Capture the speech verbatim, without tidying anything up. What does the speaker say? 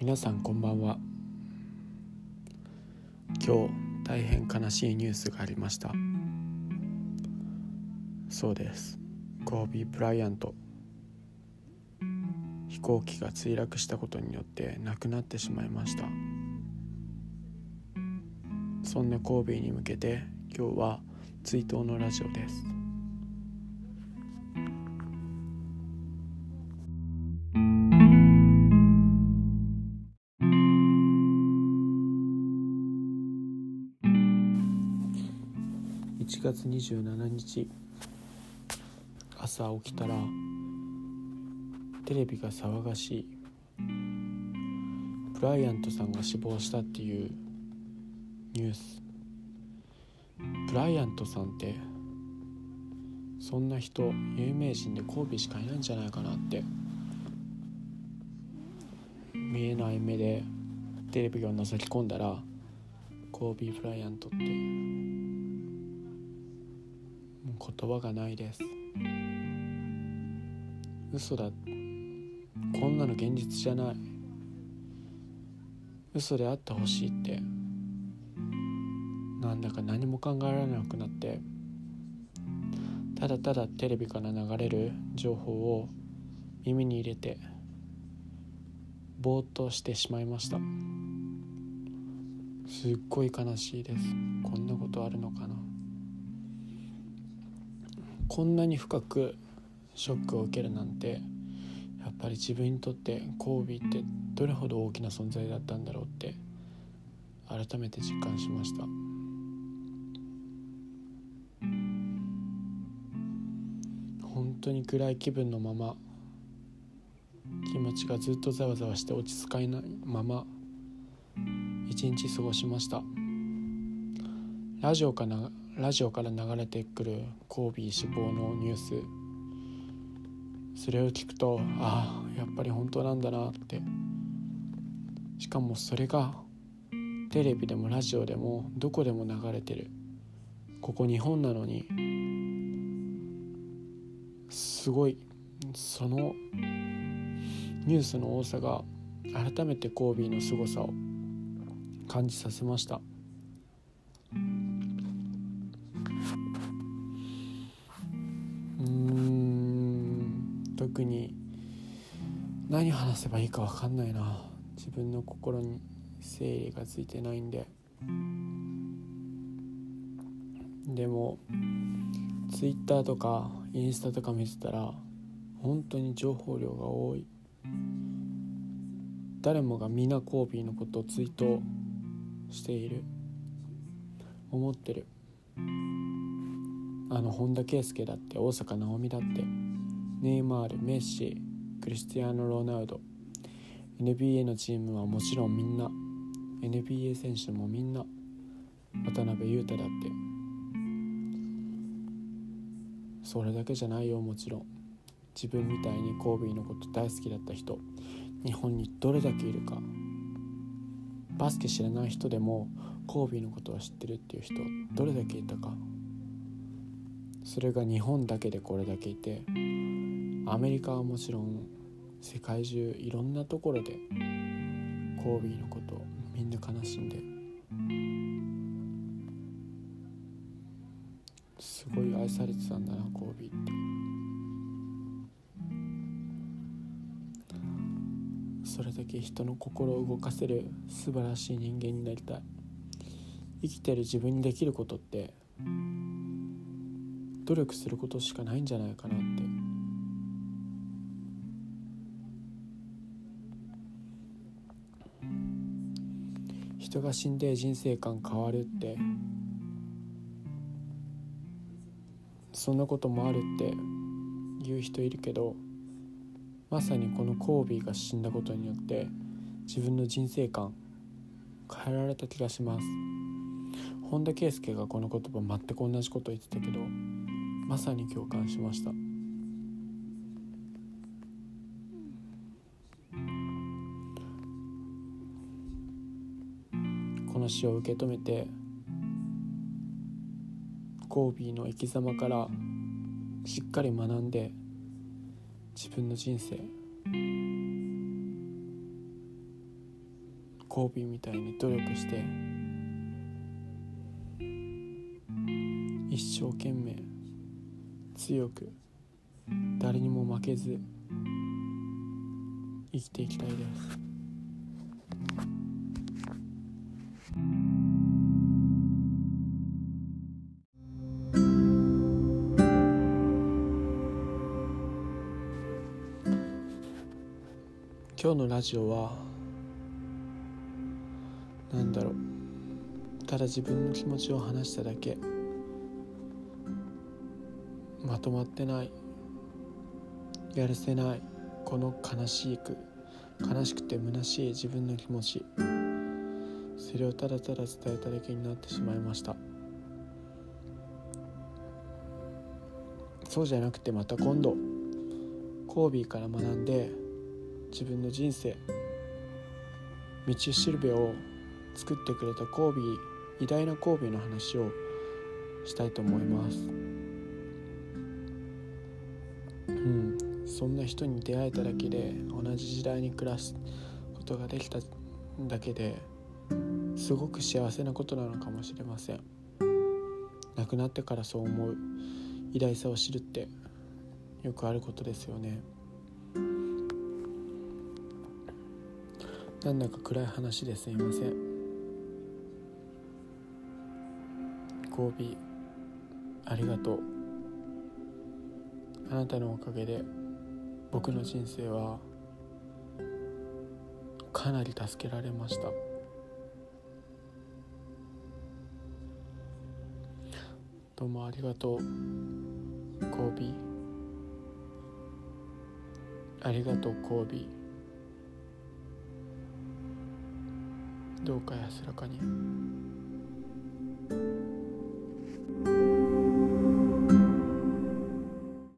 皆さんこんばんは。今日大変悲しいニュースがありました。そうです、コービー・ブライアント、飛行機が墜落したことによって亡くなってしまいました。そんなコービーに向けて今日は追悼のラジオです。いちがつにじゅうしちにち、朝起きたらテレビが騒がしい。ブライアントさんが死亡したっていうニュース。ブライアントさんってそんな人、有名人でコービーしかいないんじゃないかなって。見えない目でテレビを覗き込んだらコービー・ブライアントって、もう言葉がないです。嘘だ、こんなの現実じゃない、嘘であってほしいって、なんだか何も考えられなくなって、ただただテレビから流れる情報を耳に入れてぼーっとしてしまいました。すっごい悲しいです。こんなことあるのかな。こんなに深くショックを受けるなんて、やっぱり自分にとってコービーってどれほど大きな存在だったんだろうって改めて実感しました。本当に暗い気分のまま、気持ちがずっとざわざわして落ち着かないまま一日過ごしました。ラジオかなラジオから流れてくるコービー死亡のニュース、それを聞くと、ああやっぱり本当なんだなって。しかもそれがテレビでもラジオでもどこでも流れてる。ここ日本なのに、すごいそのニュースの多さが改めてコービーの凄さを感じさせました。うーん特に何話せばいいか分かんないな。自分の心に整理がついてないんで。でもツイッターとかインスタとか見てたら本当に情報量が多い。誰もがみんなコービーのことをツイートしている、思ってる。あの本田圭佑だって、大坂なおみだって、ネイマール、メッシ、クリスティアーノ・ロナウド、 エヌビーエー のチームはもちろんみんな、 エヌビーエー 選手もみんな、渡邊雄太だって。それだけじゃないよ。もちろん自分みたいにコービーのこと大好きだった人、日本にどれだけいるか。バスケ知らない人でもコービーのことを知ってるっていう人どれだけいたか。それが日本だけでこれだけいて、アメリカはもちろん世界中いろんなところでコービーのことをみんな悲しんで、すごい愛されてたんだなコービーって。それだけ人の心を動かせる素晴らしい人間になりたい。生きてる自分にできることって努力することしかないんじゃないかなって。人が死んで人生観変わるって、そんなこともあるって言う人いるけど、まさにこのコービーが死んだことによって自分の人生観変えられた気がします。本田圭佑がこの言葉全く同じこと言ってたけど、まさに共感しました。この詩を受け止めて、コービーの生き様からしっかり学んで、自分の人生コービーみたいに努力して一生懸命強く誰にも負けず生きていきたいです。今日のラジオはなんだろう、ただ自分の気持ちを話しただけ、まとまってない、やるせない、この悲しく悲しくて虚しい自分の気持ち、それをただただ伝えただけになってしまいました。そうじゃなくて、また今度コービーから学んで自分の人生道しるべを作ってくれたコービー、偉大なコービーの話をしたいと思います。うん、そんな人に出会えただけで、同じ時代に暮らすことができただけですごく幸せなことなのかもしれません。亡くなってからそう思う偉大さを知るってよくあることですよね。なんだか暗い話ですいません。コービーありがとう。あなたのおかげで僕の人生はかなり助けられました。どうもありがとうコービー。ありがとうコービー。どうか安らかに。